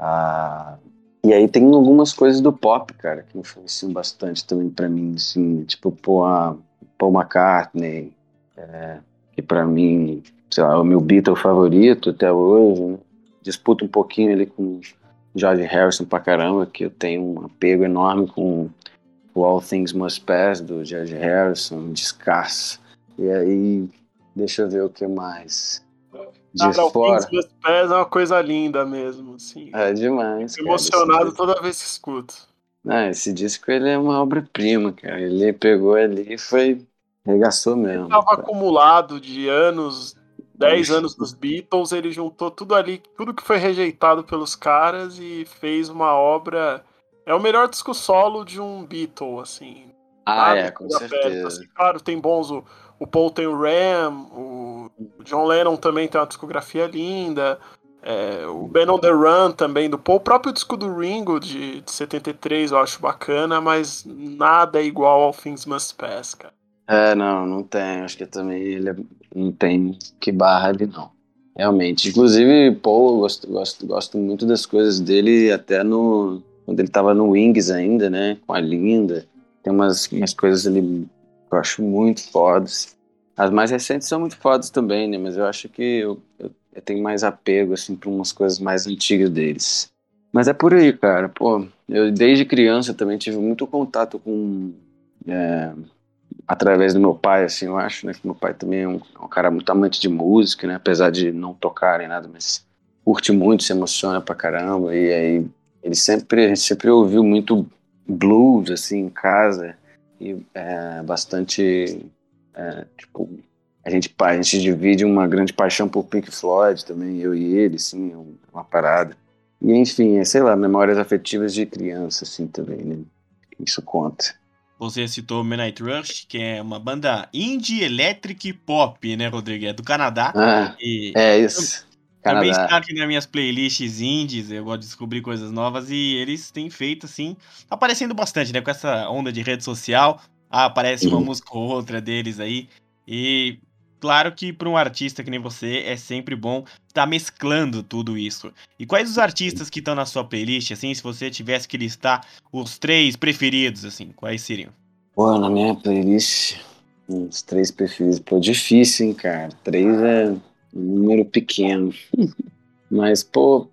E aí tem algumas coisas do pop, cara, que influenciam bastante também pra mim, assim, tipo, Paul McCartney, que pra mim, sei lá, é o meu Beatle favorito até hoje, né? Disputa um pouquinho ali com George Harrison pra caramba, que eu tenho um apego enorme com o All Things Must Pass, do George Harrison, descasso. E aí, deixa eu ver o que mais. De Cara, o Things fora, Must Pass é uma coisa linda mesmo, assim. é demais, Fico cara. emocionado toda vez que escuto. Esse disco ele é uma obra-prima, cara. Ele pegou ali e regaçou Ele mesmo, estava cara. acumulado de anos, 10 Oxe. anos dos Beatles, ele juntou tudo ali, tudo que foi rejeitado pelos caras e fez uma obra. É o melhor disco solo de um Beatle, assim. Nada Com chega perto. Assim, certeza. claro, tem bons. O Paul tem o Ram, o John Lennon também tem uma discografia linda. O Ben on the Run também do Paul. O próprio disco do Ringo de 73 eu acho bacana, mas nada é igual ao Things Must Pass, cara. Não tem. Acho que também não tem que barra ali, não. Realmente. Inclusive, Paul, eu gosto muito das coisas dele, até no quando ele tava no Wings ainda, né? Com a Linda. Tem umas coisas ali que eu acho muito fodas. As mais recentes são muito fodas também, né? Mas eu acho que eu tenho mais apego, assim, pra umas coisas mais antigas deles. Mas é por aí, cara. Pô, eu desde criança também tive muito contato com através do meu pai, assim, eu acho, né? Que meu pai também é um cara muito amante de música, né? Apesar de não tocar nem nada, mas curte muito, se emociona pra caramba. E aí a gente sempre ouviu muito blues, assim, em casa. E bastante, tipo, a gente divide uma grande paixão por Pink Floyd também, eu e ele, assim, uma parada. E enfim, sei lá, memórias afetivas de criança, assim, também, né? Isso conta. Você citou Midnight Rush, que é uma banda indie electric pop, né, Rodrigo? É do Canadá. Ah, E é isso. também está Canadá. aqui nas minhas playlists indies, eu gosto de descobrir coisas novas e eles têm feito, assim, aparecendo bastante, né? Com essa onda de rede social, aparece uma Uhum. música ou outra deles aí. E claro que para um artista que nem você é sempre bom estar mesclando tudo isso. E quais os artistas que estão na sua playlist, assim, se você tivesse que listar os 3 preferidos, assim, quais seriam? Pô, na minha playlist, uns três preferidos. Pô, difícil, hein, cara. Três é um número pequeno. Mas, pô,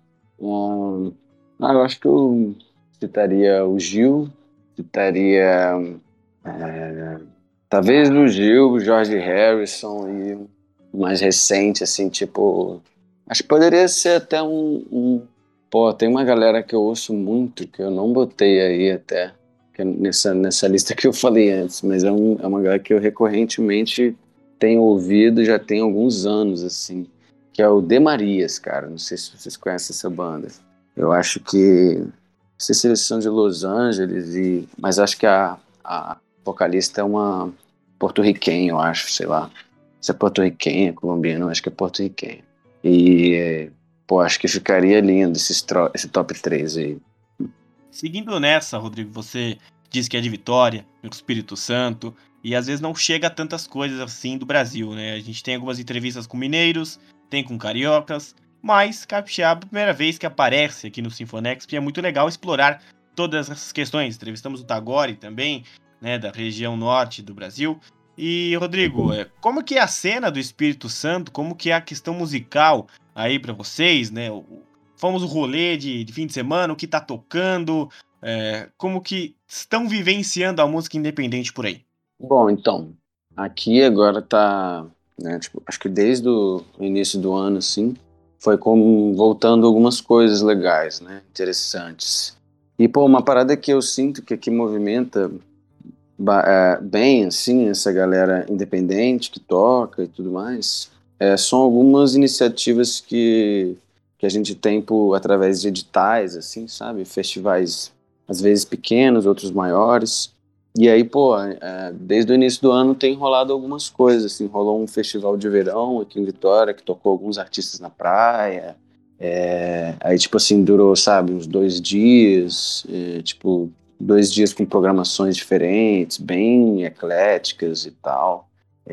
eu acho que eu citaria o Gil, citaria, é, talvez o Gil, o George Harrison e o mais recente, assim, tipo, acho que poderia ser até pô, tem uma galera que eu ouço muito, que eu não botei aí até, que é nessa lista que eu falei antes, mas é uma galera que eu recorrentemente tenho ouvido já tem alguns anos, assim, que é o De Marias, cara. Não sei se vocês conhecem essa banda. Eu acho que, não sei se eles são de Los Angeles, mas acho que a vocalista é uma porto-riquenha, eu acho, sei lá. Se é porto-riquenha, colombiana, eu acho que é porto-riquenha. E, pô, acho que ficaria lindo esse top 3 aí. Seguindo nessa, Rodrigo, você diz que é de Vitória, do Espírito Santo, e às vezes não chega a tantas coisas assim do Brasil, né? A gente tem algumas entrevistas com mineiros, tem com cariocas, mas Capixaba é a primeira vez que aparece aqui no Sinfonexp e é muito legal explorar todas essas questões. Entrevistamos o Tagore também, né, da região norte do Brasil. E, Rodrigo, como que é a cena do Espírito Santo? Como que é a questão musical aí para vocês, né? Fomos o rolê de fim de semana, o que tá tocando, como que estão vivenciando a música independente por aí. Bom, então, aqui agora tá, né, tipo, acho que desde o início do ano, assim, foi como voltando algumas coisas legais, né, interessantes. E, pô, uma parada que eu sinto que aqui movimenta bem, assim, essa galera independente que toca e tudo mais, são algumas iniciativas que a gente tem através de editais, assim, sabe, festivais, às vezes pequenos, outros maiores. E aí, pô, desde o início do ano tem rolado algumas coisas, assim, rolou um festival de verão aqui em Vitória, que tocou alguns artistas na praia, aí, tipo assim, durou, sabe, uns 2 dias, tipo, 2 dias com programações diferentes, bem ecléticas e tal.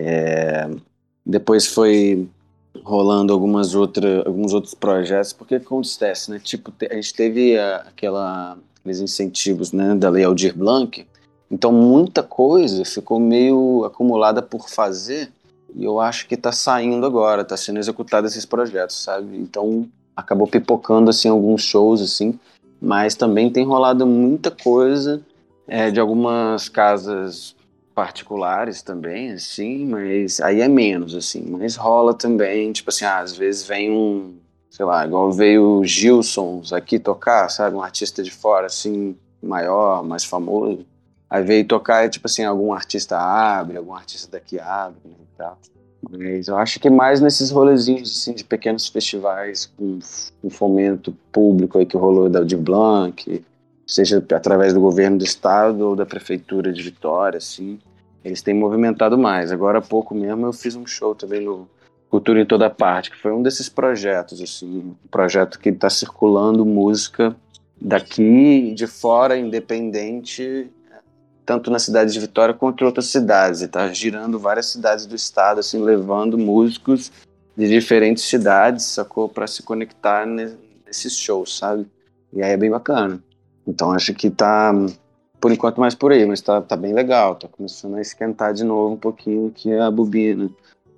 Depois foi rolando alguns outros projetos, porque o que acontece, né, tipo, a gente teve aqueles incentivos, né, da Lei Aldir Blanc, então muita coisa ficou meio acumulada por fazer e eu acho que está saindo agora, está sendo executado esses projetos, sabe? Então acabou pipocando assim alguns shows assim, mas também tem rolado muita coisa de algumas casas particulares também, assim, mas aí é menos, assim, mas rola também, tipo assim, às vezes vem sei lá, igual veio o Gilson aqui tocar, sabe, um artista de fora, assim, maior, mais famoso. Aí veio tocar, tipo assim, algum artista abre, algum artista daqui abre, né, e tal. Mas eu acho que mais nesses rolezinhos, assim, de pequenos festivais com fomento público aí que rolou da Aldir Blanc, seja através do governo do estado ou da prefeitura de Vitória, assim, eles têm movimentado mais. Agora há pouco mesmo eu fiz um show também no Cultura em Toda Parte, que foi um desses projetos, assim, um projeto que está circulando música daqui de fora, independente, tanto na cidade de Vitória quanto em outras cidades. E tá girando várias cidades do estado, assim, levando músicos de diferentes cidades, sacou? Pra se conectar nesses shows, sabe? E aí é bem bacana. Então acho que tá, por enquanto, mais por aí, mas tá bem legal. Tá começando a esquentar de novo um pouquinho aqui a bobina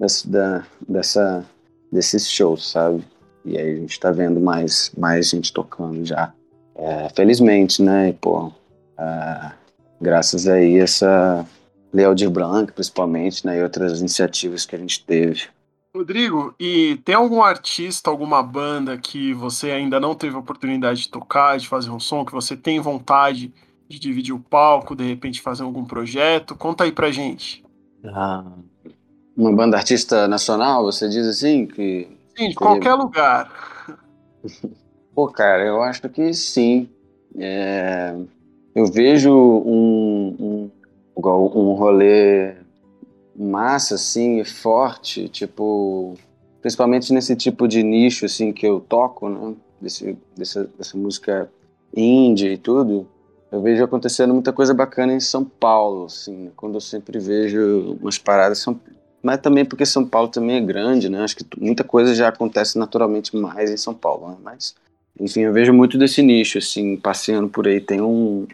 desses shows, sabe? E aí a gente tá vendo mais gente tocando já. Felizmente, né? E, pô, graças aí essa Lei Aldir Blanc, principalmente, né? E outras iniciativas que a gente teve. Rodrigo, e tem algum artista, alguma banda que você ainda não teve a oportunidade de tocar, de fazer um som, que você tem vontade de dividir o palco, de repente fazer algum projeto? Conta aí pra gente. Ah, uma banda artista nacional, você diz assim, que Sim, de teria... qualquer lugar. Pô, cara, eu acho que sim. Eu vejo um rolê massa, assim, e forte, tipo, principalmente nesse tipo de nicho, assim, que eu toco, né, dessa música indie e tudo, eu vejo acontecendo muita coisa bacana em São Paulo, assim, quando eu sempre vejo umas paradas, mas também porque São Paulo também é grande, né, acho que muita coisa já acontece naturalmente mais em São Paulo, né, mas, enfim, eu vejo muito desse nicho, assim, passeando por aí, tem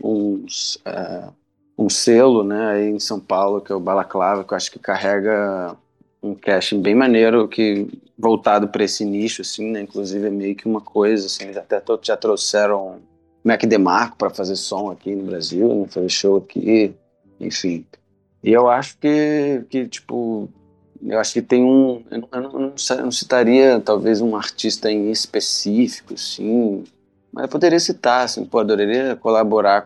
um selo, né, aí em São Paulo, que é o Balaclava, que eu acho que carrega um casting bem maneiro, que voltado para esse nicho, assim, né, inclusive é meio que uma coisa, assim, eles até já trouxeram Mac DeMarco para fazer som aqui no Brasil, né, fazer show aqui, enfim. E eu acho tipo, eu acho que tem eu não citaria talvez um artista em específico, assim, mas eu poderia citar, assim, pô, adoraria colaborar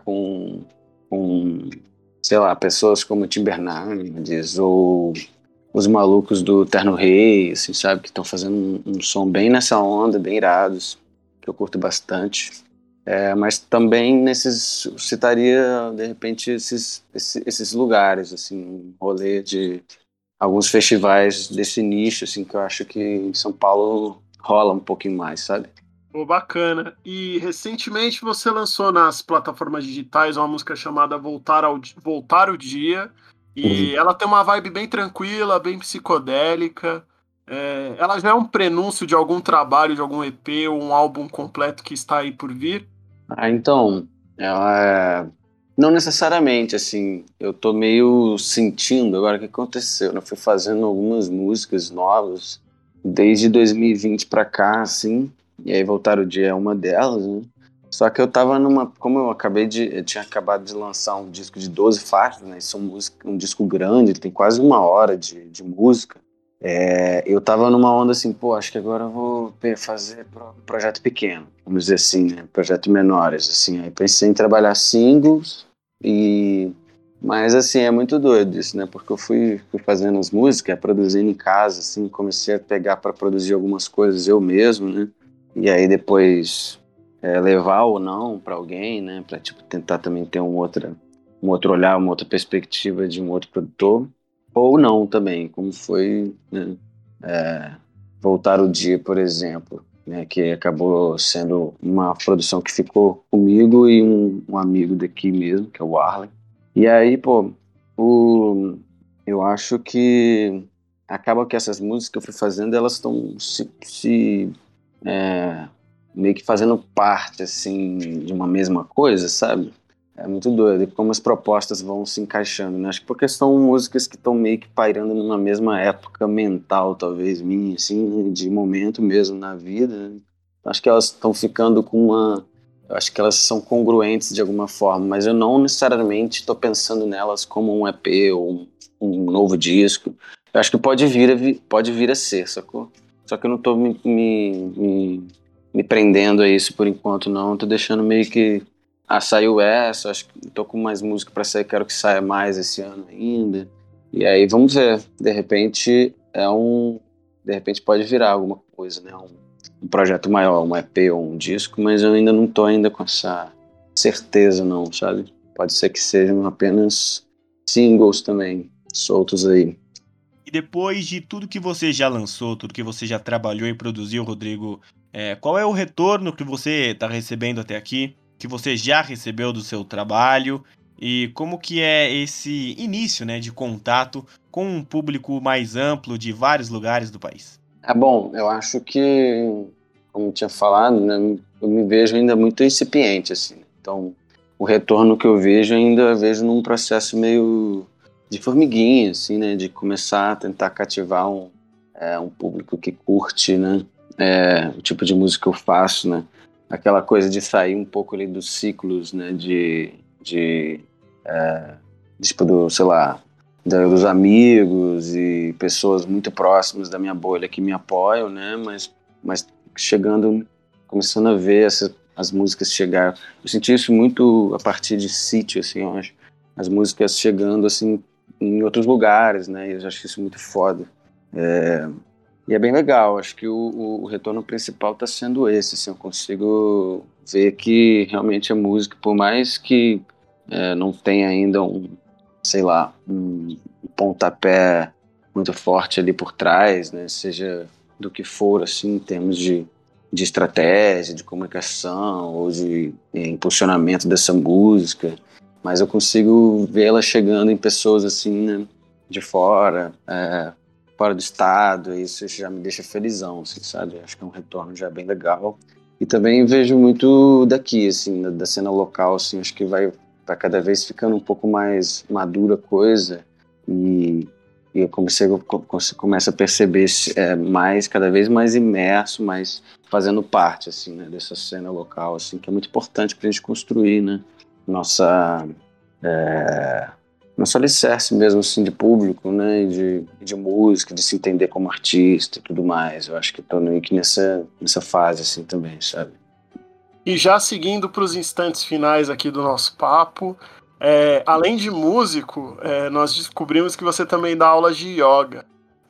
com, sei lá, pessoas como Tim Bernardes ou os malucos do Terno Rei, assim, sabe, que estão fazendo um som bem nessa onda, bem irados, que eu curto bastante. Mas também citaria, de repente, esses lugares, assim, um rolê de alguns festivais desse nicho, assim, que eu acho que em São Paulo rola um pouquinho mais, sabe? Pô, bacana. E recentemente você lançou nas plataformas digitais uma música chamada Voltar o Dia. E ela tem uma vibe bem tranquila, bem psicodélica. Ela já é um prenúncio de algum trabalho, de algum EP ou um álbum completo que está aí por vir? Então, ela não necessariamente, assim, eu tô meio sentindo agora o que aconteceu, né? Eu fui fazendo algumas músicas novas desde 2020 pra cá, assim, e aí Voltar o Dia é uma delas, né? Só que eu tava como eu tinha acabado de lançar um disco de 12 faixas, né? Isso é um disco grande, ele tem quase uma hora de música. Eu tava numa onda assim, pô, acho que agora eu vou fazer projeto pequeno, vamos dizer assim, né? Projeto menores, assim. Aí pensei em trabalhar singles mas assim, é muito doido isso, né? Porque eu fui fazendo as músicas, produzindo em casa, assim, comecei a pegar para produzir algumas coisas eu mesmo, né? E aí depois levar ou não para alguém, né? Para tipo tentar também ter um outro olhar, uma outra perspectiva de um outro produtor. Ou não também, como foi, né, Voltar o Dia, por exemplo, né, que acabou sendo uma produção que ficou comigo e um amigo daqui mesmo, que é o Arlen. E aí, pô, o, eu acho que acaba que essas músicas que eu fui fazendo, elas estão é, meio que fazendo parte, assim, de uma mesma coisa, sabe? É muito doido, e como as propostas vão se encaixando, né? Acho que porque são músicas que estão meio que pairando numa mesma época mental, talvez, minha, assim, né? De momento mesmo na vida, né? Acho que elas estão ficando com uma... Eu acho que elas são congruentes de alguma forma, mas eu não necessariamente estou pensando nelas como um EP ou um novo disco. Eu acho que pode vir a ser, sacou? Só que eu não estou me prendendo a isso por enquanto, não. Tô deixando meio que saiu essa, acho que tô com mais música pra sair, quero que saia mais esse ano ainda. E aí vamos ver, de repente pode virar alguma coisa, né? Um projeto maior, um EP ou um disco, mas eu ainda não tô ainda com essa certeza não, sabe? Pode ser que sejam apenas singles também, soltos aí. E depois de tudo que você já lançou, tudo que você já trabalhou e produziu, Rodrigo, qual é o retorno que você está recebendo até aqui, que você já recebeu do seu trabalho, e como que é esse início, né, de contato com um público mais amplo de vários lugares do país? Bom, eu acho que, como eu tinha falado, né, eu me vejo ainda muito incipiente, assim. Então, o retorno que eu vejo, ainda vejo num processo meio de formiguinha, assim, né, de começar a tentar cativar um público que curte, né, o tipo de música que eu faço, né, aquela coisa de sair um pouco ali dos ciclos, né, tipo, sei lá, dos amigos e pessoas muito próximas da minha bolha que me apoiam, né? Mas chegando, começando a ver as músicas chegar. Eu senti isso muito a partir de Sítio, assim, eu acho. As músicas chegando, assim, em outros lugares, né? E eu acho isso muito foda. E é bem legal, acho que o retorno principal está sendo esse, assim, eu consigo ver que realmente a música, por mais que não tenha ainda sei lá, um pontapé muito forte ali por trás, né? Seja do que for, assim, em termos de estratégia, de comunicação ou de impulsionamento dessa música, mas eu consigo vê-la chegando em pessoas, assim, né? De fora, fora do estado, e isso já me deixa felizão, assim, sabe? Acho que é um retorno já bem legal. E também vejo muito daqui, assim, da cena local, assim, acho que vai cada vez ficando um pouco mais madura a coisa e eu começo a perceber cada vez mais imerso, mais fazendo parte, assim, né, dessa cena local, assim, que é muito importante para a gente construir, né, nossa nosso alicerce mesmo, assim, de público, né, e de música, de se entender como artista e tudo mais. Eu acho que estou meio que nessa fase, assim, também, sabe? E já seguindo para os instantes finais aqui do nosso papo, além de músico, nós descobrimos que você também dá aulas de yoga.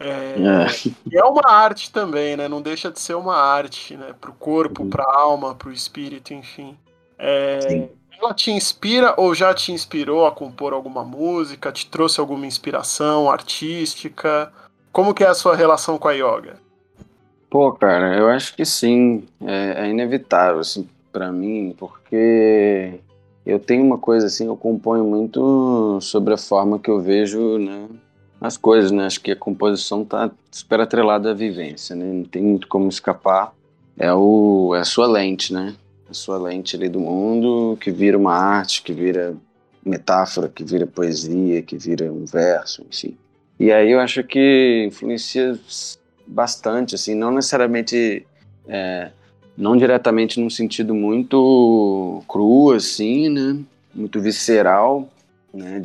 É uma arte também, né? Não deixa de ser uma arte, né? Para o corpo, para a alma, para o espírito, enfim. Sim. Ela te inspira ou já te inspirou a compor alguma música? Te trouxe alguma inspiração artística? Como que é a sua relação com a yoga? Pô, cara, eu acho que sim, é inevitável, assim, pra mim, porque eu tenho uma coisa assim, eu componho muito sobre a forma que eu vejo, né, as coisas, né, acho que a composição tá super atrelada à vivência, né, não tem muito como escapar, é a sua lente, né, a sua lente ali do mundo, que vira uma arte, que vira metáfora, que vira poesia, que vira um verso, enfim. E aí eu acho que influencia bastante, assim, não necessariamente, não diretamente num sentido muito cru, assim, né, muito visceral, né,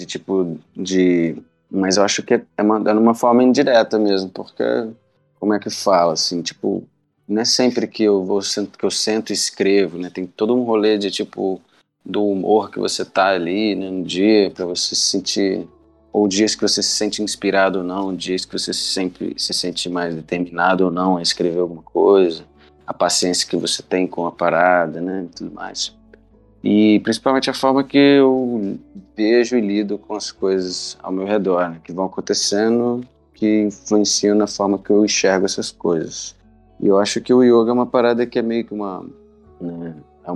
mas eu acho que é uma forma indireta mesmo, porque, como é que fala, assim, tipo, não é sempre que eu sento e escrevo, né, tem todo um rolê de, tipo, do humor que você tá ali, né, no dia, para você se sentir, ou dias que você se sente inspirado ou não, dias que você sempre se sente mais determinado ou não a escrever alguma coisa, a paciência que você tem com a parada, né, e tudo mais. E principalmente a forma que eu vejo e lido com as coisas ao meu redor, né, que vão acontecendo, que influenciam na forma que eu enxergo essas coisas. E eu acho que o yoga é uma parada que é meio que né,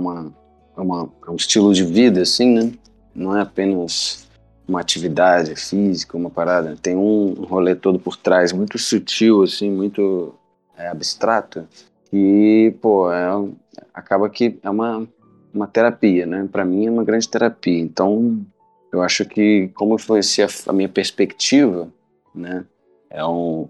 é um estilo de vida, assim, né? Não é apenas uma atividade física, uma parada. Tem um rolê todo por trás, muito sutil, assim, muito abstrato. E, pô, acaba que é uma terapia, né? Pra mim é uma grande terapia. Então, eu acho que como influencia a minha perspectiva, né? É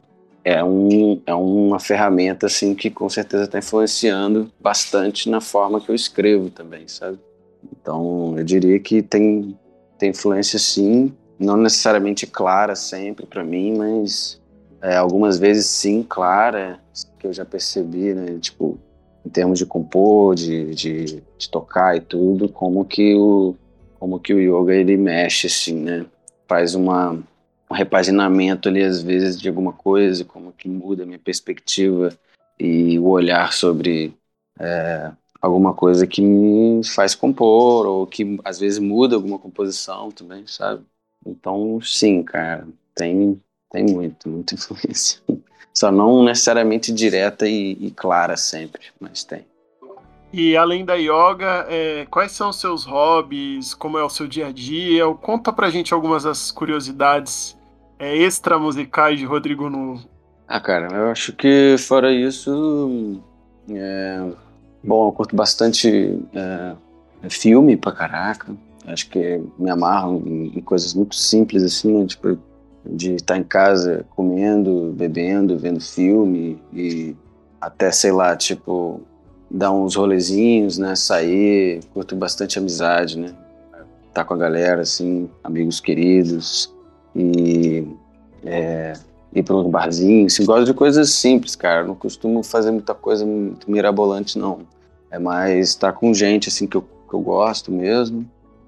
uma ferramenta, assim, que com certeza está influenciando bastante na forma que eu escrevo também, sabe? Então, eu diria que tem influência, sim, não necessariamente clara sempre para mim, mas algumas vezes sim, clara, que eu já percebi, né? Tipo, em termos de compor, de tocar e tudo, como que o yoga ele mexe, assim, né? Faz um repaginamento ali, às vezes, de alguma coisa, como que muda a minha perspectiva e o olhar sobre alguma coisa que me faz compor, ou que às vezes muda alguma composição também, sabe? Então, sim, cara, tem muita influência. Só não necessariamente direta e clara sempre, mas tem. E além da yoga, quais são os seus hobbies? Como é o seu dia a dia? Conta pra gente algumas das curiosidades extra musicais de Rodrigo Nuno. Cara, eu acho que fora isso, bom, eu curto bastante filme pra caraca. Acho que me amarro em coisas muito simples assim, né? Tipo, de estar em casa comendo, bebendo, vendo filme e até, sei lá, tipo, dar uns rolezinhos, né? Sair, curto bastante amizade, né? Tá com a galera, assim, amigos queridos e ir para um barzinho, assim, gosto de coisas simples, cara. Não costumo fazer muita coisa muito mirabolante, não. É mais estar com gente, assim, que eu gosto mesmo.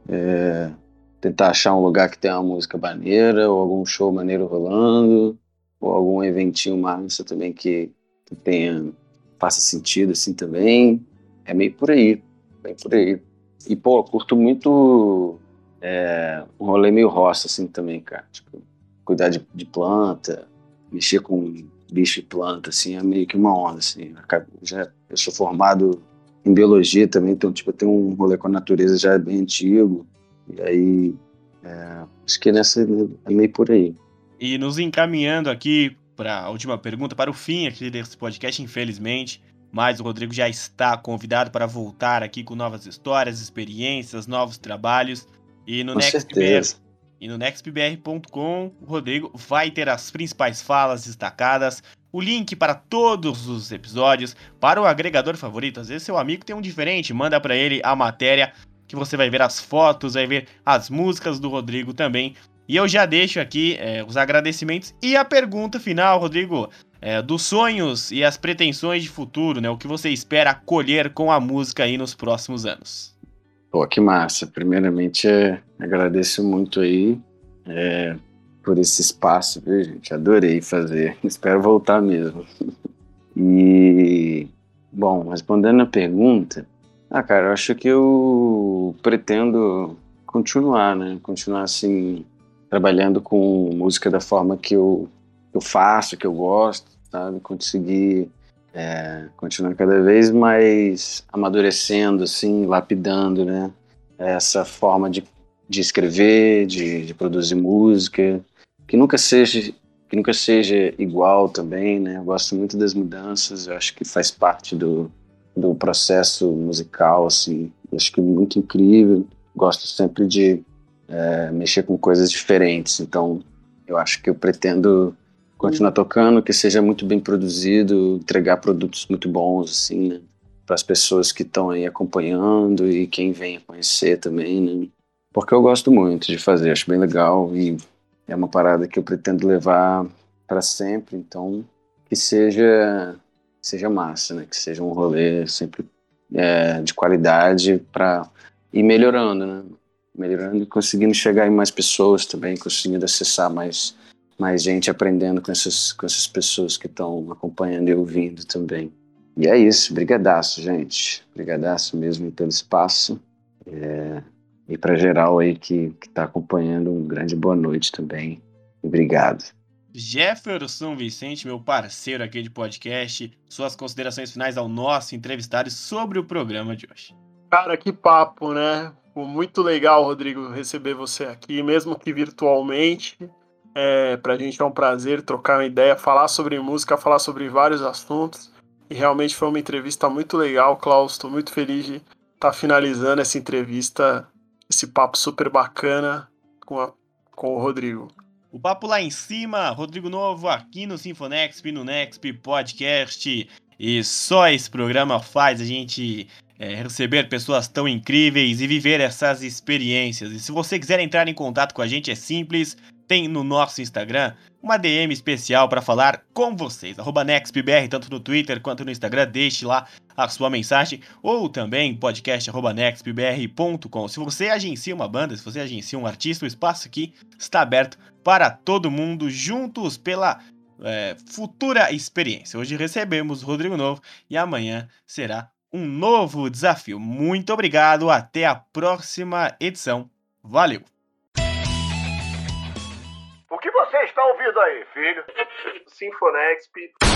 Tentar achar um lugar que tenha uma música maneira, ou algum show maneiro rolando, ou algum eventinho massa também que tenha, faça sentido, assim, também. É meio por aí, bem por aí. E, pô, eu curto muito um rolê meio roça, assim, também, cara. Tipo, cuidar de planta, mexer com bicho e planta, assim, é meio que uma onda, assim. Eu sou formado em biologia também, então, tipo, eu tenho um rolê com a natureza já bem antigo. E aí, acho que nessa é meio por aí. E nos encaminhando aqui para a última pergunta, para o fim aqui desse podcast, infelizmente, mas o Rodrigo já está convidado para voltar aqui com novas histórias, experiências, novos trabalhos. E no Com NextBR, certeza. e no nextbr.com, o Rodrigo vai ter as principais falas destacadas, o link para todos os episódios, para o agregador favorito. Às vezes seu amigo tem um diferente, manda para ele a matéria que você vai ver as fotos, vai ver as músicas do Rodrigo também. E eu já deixo aqui os agradecimentos e a pergunta final, Rodrigo, dos sonhos e as pretensões de futuro, né? O que você espera colher com a música aí nos próximos anos? Pô, que massa. Primeiramente, agradeço muito aí por esse espaço, viu, gente? Adorei fazer. Espero voltar mesmo. E, bom, respondendo a pergunta, cara, eu acho que eu pretendo continuar, né? Continuar, assim, trabalhando com música da forma que eu faço, que eu gosto, sabe? Conseguir continuar cada vez mais amadurecendo, assim, lapidando, né? Essa forma de escrever, de produzir música, que nunca seja que nunca seja igual também, né? Eu gosto muito das mudanças, eu acho que faz parte do processo musical, assim, eu acho que é muito incrível. Gosto sempre de mexer com coisas diferentes, então eu acho que eu pretendo continuar tocando, que seja muito bem produzido, entregar produtos muito bons, assim, né? Para as pessoas que estão aí acompanhando e quem vem a conhecer também, né? Porque eu gosto muito de fazer, acho bem legal e é uma parada que eu pretendo levar para sempre, então que seja massa, né? Que seja um rolê sempre de qualidade para ir melhorando, né? Melhorando e conseguindo chegar em mais pessoas também, conseguindo acessar mais gente, aprendendo com essas pessoas que estão acompanhando e ouvindo também. E é isso, brigadaço, gente. Brigadaço mesmo pelo espaço. E para geral aí que tá acompanhando, um grande boa noite também. Obrigado. Jefferson Vicente, meu parceiro aqui de podcast, suas considerações finais ao nosso entrevistado sobre o programa de hoje. Cara, que papo, né? Foi muito legal, Rodrigo, receber você aqui, mesmo que virtualmente. Pra gente é um prazer trocar uma ideia, falar sobre música, falar sobre vários assuntos. E realmente foi uma entrevista muito legal, Klaus. Estou muito feliz de estar finalizando essa entrevista, esse papo super bacana com o Rodrigo. O papo lá em cima, Rodrigo Novo aqui no Sinfonexp, no Nexp Podcast. E só esse programa faz a gente receber pessoas tão incríveis e viver essas experiências. E se você quiser entrar em contato com a gente, é simples. Tem no nosso Instagram uma DM especial para falar com vocês. @nextbr, tanto no Twitter quanto no Instagram. Deixe lá a sua mensagem. Ou também podcast@nextbr.com. Se você agencia uma banda, se você agencia um artista, o espaço aqui está aberto para todo mundo, juntos pela futura experiência. Hoje recebemos o Rodrigo Novo e amanhã será um novo desafio. Muito obrigado, até a próxima edição. Valeu! O que você está ouvindo aí, filho? Sinfonexp.